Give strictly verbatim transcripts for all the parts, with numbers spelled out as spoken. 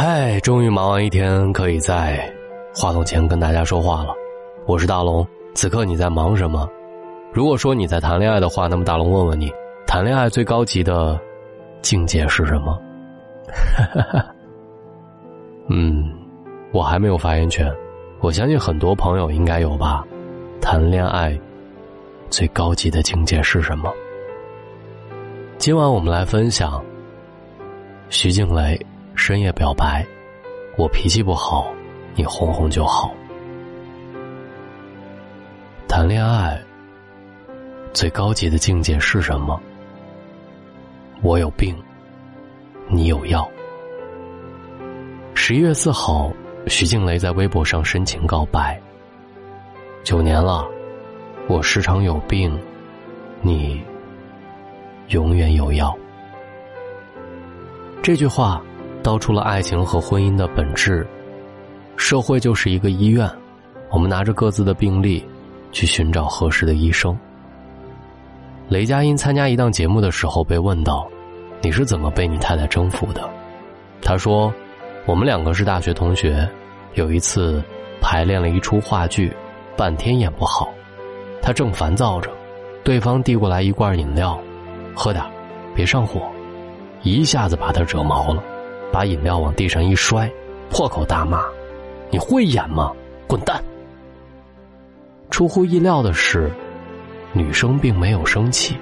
嗨，终于忙完一天，可以在话筒前跟大家说话了。我是大龙，此刻你在忙什么？如果说你在谈恋爱的话，那么大龙问问你，谈恋爱最高级的境界是什么？嗯，我还没有发言权，我相信很多朋友应该有吧。谈恋爱最高级的境界是什么？今晚我们来分享徐静蕾深夜表白，我脾气不好，你哄哄就好。谈恋爱最高级的境界是什么？我有病，你有药。十一月四号，徐静蕾在微博上深情告白：九年了，我时常有病，你永远有药。这句话道出了爱情和婚姻的本质。社会就是一个医院，我们拿着各自的病历去寻找合适的医生。雷佳音参加一档节目的时候被问到，你是怎么被你太太征服的？他说，我们两个是大学同学，有一次排练了一出话剧，半天演不好，他正烦躁着，对方递过来一罐饮料，喝点，别上火，一下子把他惹毛了，把饮料往地上一摔，破口大骂，你会演吗？滚蛋！出乎意料的是，女生并没有生气，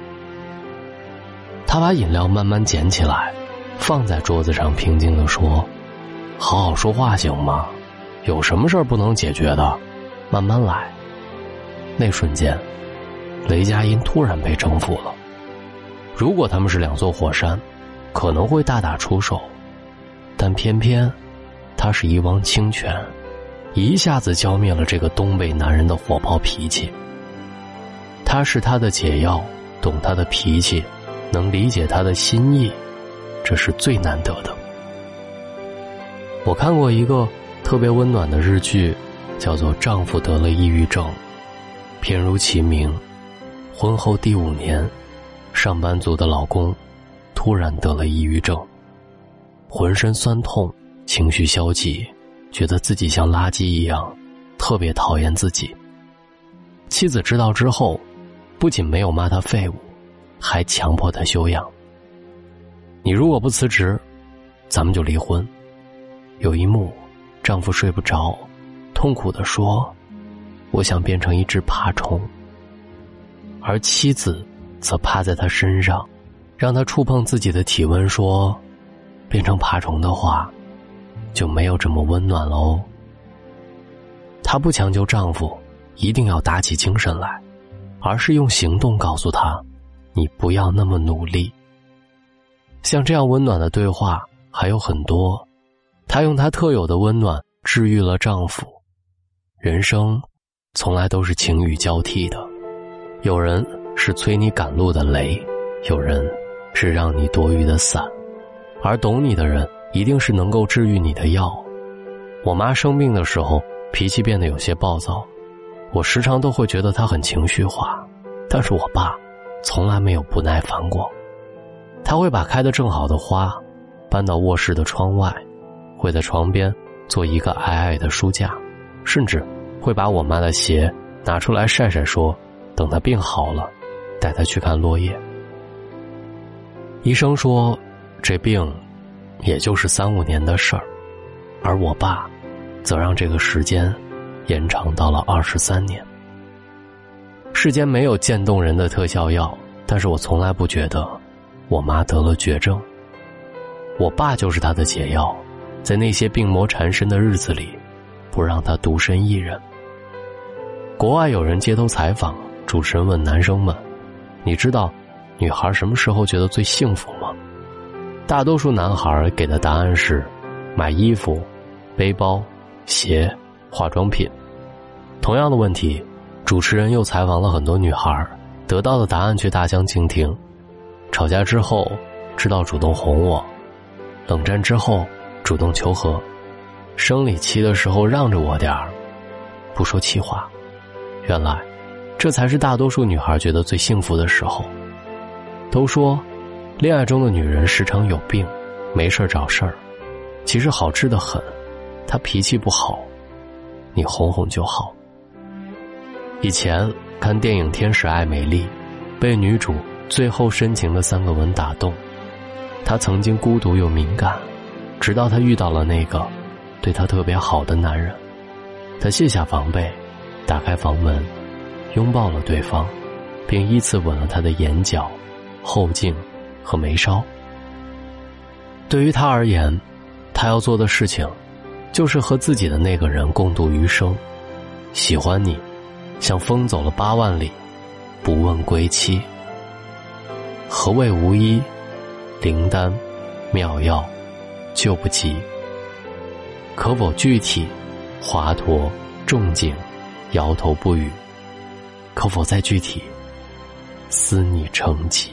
她把饮料慢慢捡起来，放在桌子上，平静地说，好好说话行吗？有什么事儿不能解决的，慢慢来。那瞬间，雷佳音突然被征服了。如果他们是两座火山，可能会大打出手，但偏偏他是一汪清泉，一下子浇灭了这个东北男人的火爆脾气。他是他的解药，懂他的脾气，能理解他的心意，这是最难得的。我看过一个特别温暖的日剧，叫做《丈夫得了抑郁症》，片如其名，婚后第五年，上班族的老公突然得了抑郁症，浑身酸痛，情绪消极，觉得自己像垃圾一样，特别讨厌自己。妻子知道之后，不仅没有骂他废物，还强迫他休养。你如果不辞职，咱们就离婚。有一幕，丈夫睡不着，痛苦地说，我想变成一只爬虫。而妻子则趴在他身上，让他触碰自己的体温，说，变成爬虫的话，就没有这么温暖喽。她不强求丈夫一定要打起精神来，而是用行动告诉他，你不要那么努力。像这样温暖的对话还有很多，她用她特有的温暖治愈了丈夫。人生从来都是晴雨交替的，有人是催你赶路的雷，有人是让你躲雨的伞，而懂你的人一定是能够治愈你的药。我妈生病的时候，脾气变得有些暴躁，我时常都会觉得她很情绪化，但是我爸从来没有不耐烦过。他会把开得正好的花搬到卧室的窗外，会在床边做一个矮矮的书架，甚至会把我妈的鞋拿出来晒晒，说等她病好了带她去看落叶。医生说这病也就是三五年的事儿，而我爸则让这个时间延长到了二十三年。世间没有渐冻人的特效药，但是我从来不觉得我妈得了绝症。我爸就是她的解药，在那些病魔缠身的日子里，不让她独身一人。国外有人街头采访，主持人问男生们，你知道女孩什么时候觉得最幸福吗？大多数男孩给的答案是买衣服、背包、鞋、化妆品。同样的问题，主持人又采访了很多女孩，得到的答案却大相径庭。吵架之后知道主动哄我，冷战之后主动求和，生理期的时候让着我点儿，不说气话。原来这才是大多数女孩觉得最幸福的时候。都说恋爱中的女人时常有病，没事找事儿， 其实好吃得很，他脾气不好，你哄哄就好。以前看电影《天使爱美丽》，被女主最后深情的三个吻打动。她曾经孤独又敏感，直到她遇到了那个对她特别好的男人。她卸下防备，打开房门，拥抱了对方，并依次吻了他的眼角、后颈和眉梢。对于他而言，他要做的事情就是和自己的那个人共度余生。喜欢你，像风走了八万里，不问归期。何谓无一？灵丹妙药救不及。可否具体？华佗仲景摇头不语。可否再具体？思你成疾。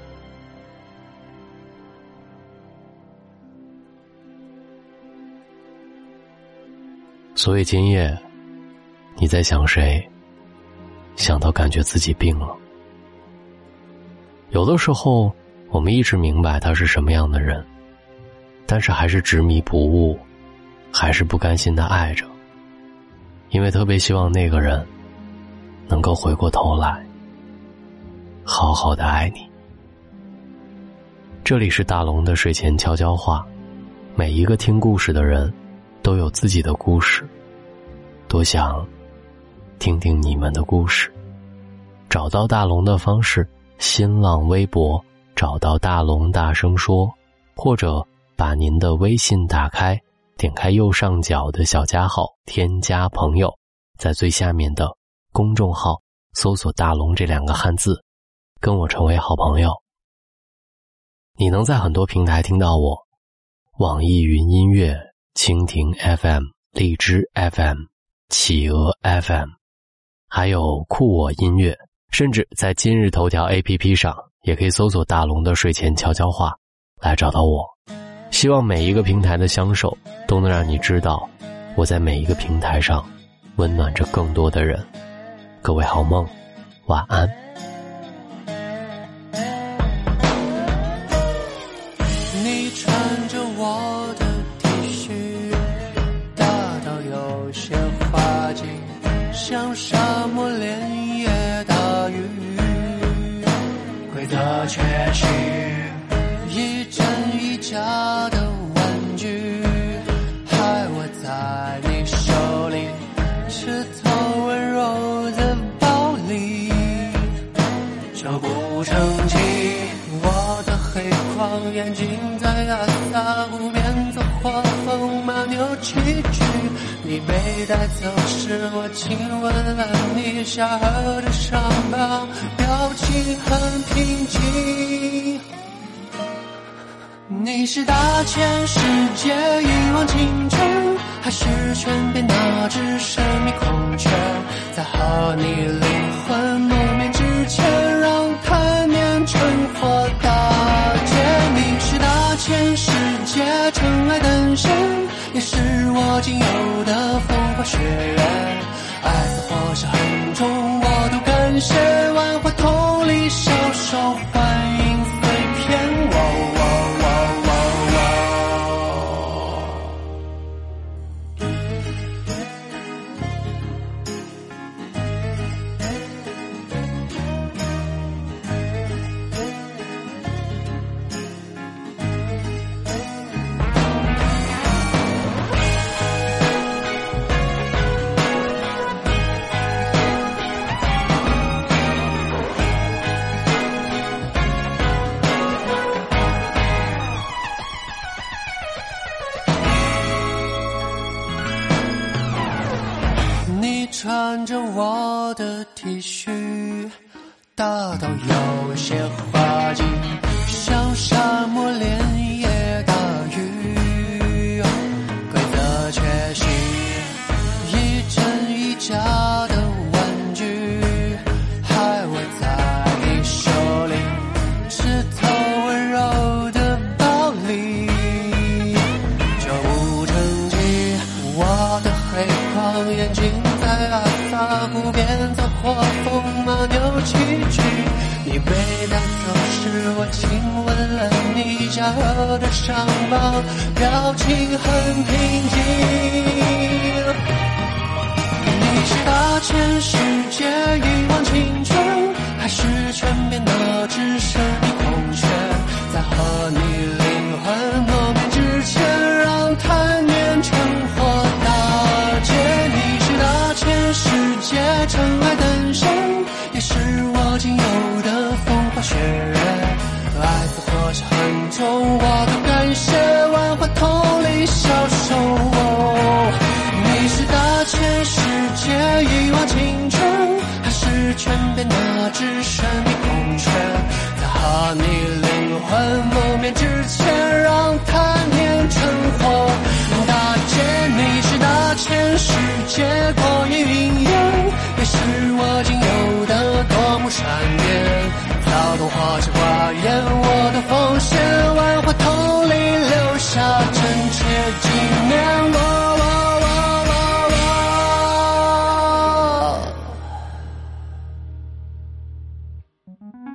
所以今夜你在想谁？想到感觉自己病了。有的时候我们一直明白他是什么样的人，但是还是执迷不悟，还是不甘心地爱着，因为特别希望那个人能够回过头来好好的爱你。这里是大龙的睡前悄悄话，每一个听故事的人都有自己的故事，多想听听你们的故事。找到大龙的方式，新浪微博找到大龙大声说，或者把您的微信打开，点开右上角的小加号，添加朋友，在最下面的公众号搜索大龙这两个汉字，跟我成为好朋友。你能在很多平台听到我，网易云音乐、蜻蜓 F M、 荔枝 F M、 企鹅 F M， 还有酷我音乐，甚至在今日头条 A P P 上也可以搜索大龙的睡前悄悄话来找到我。希望每一个平台的相守都能让你知道，我在每一个平台上温暖着更多的人。各位好梦，晚安。 你穿着我的 T 恤，大到有些滑稽，像沙漠连夜大雨，规则却是一真一假的玩具，害我在你手里吃透温柔的暴力，这不成器。我的黑框眼睛在阿萨湖面走画风马牛崎岖，你被带走时我亲吻了你下颌的伤疤，表情很平静。你是大千世界一往情深，还是身边那只神秘孔雀，在和你灵魂谋面之前，让贪念成火大劫。你是大千世界尘埃诞生，也是我仅有的风花雪月，爱在火下很重，我都感谢，万花筒里小手欢迎碎片。哦穿着我的 T 恤，大到有些滑稽，像沙漠连夜大雨，规则却是一真一假的玩具，害我在你手里吃透温柔的暴力，这不成器。我的黑框眼睛在阿萨湖边走火风马牛崎岖，你被带走时我亲吻了你加热的伤疤，表情很平静。你是大千世界一往情深，还是全变得只剩一空缺？在和你灵魂磨灭之前，让贪念成火大劫。你是大千世界尘埃诞生，也是我仅有的风花雪月。爱似火是很重，我都感谢万花筒里消瘦。你是大千世界一往情深，还是全变得只剩一空缺？在和你灵魂磨灭之前，让贪念成火大劫。你是大千世界过眼云烟，也是我仅有的夺目闪电。躁动或是寡言，我的奉献，万花筒里留下真切纪念。我我我我我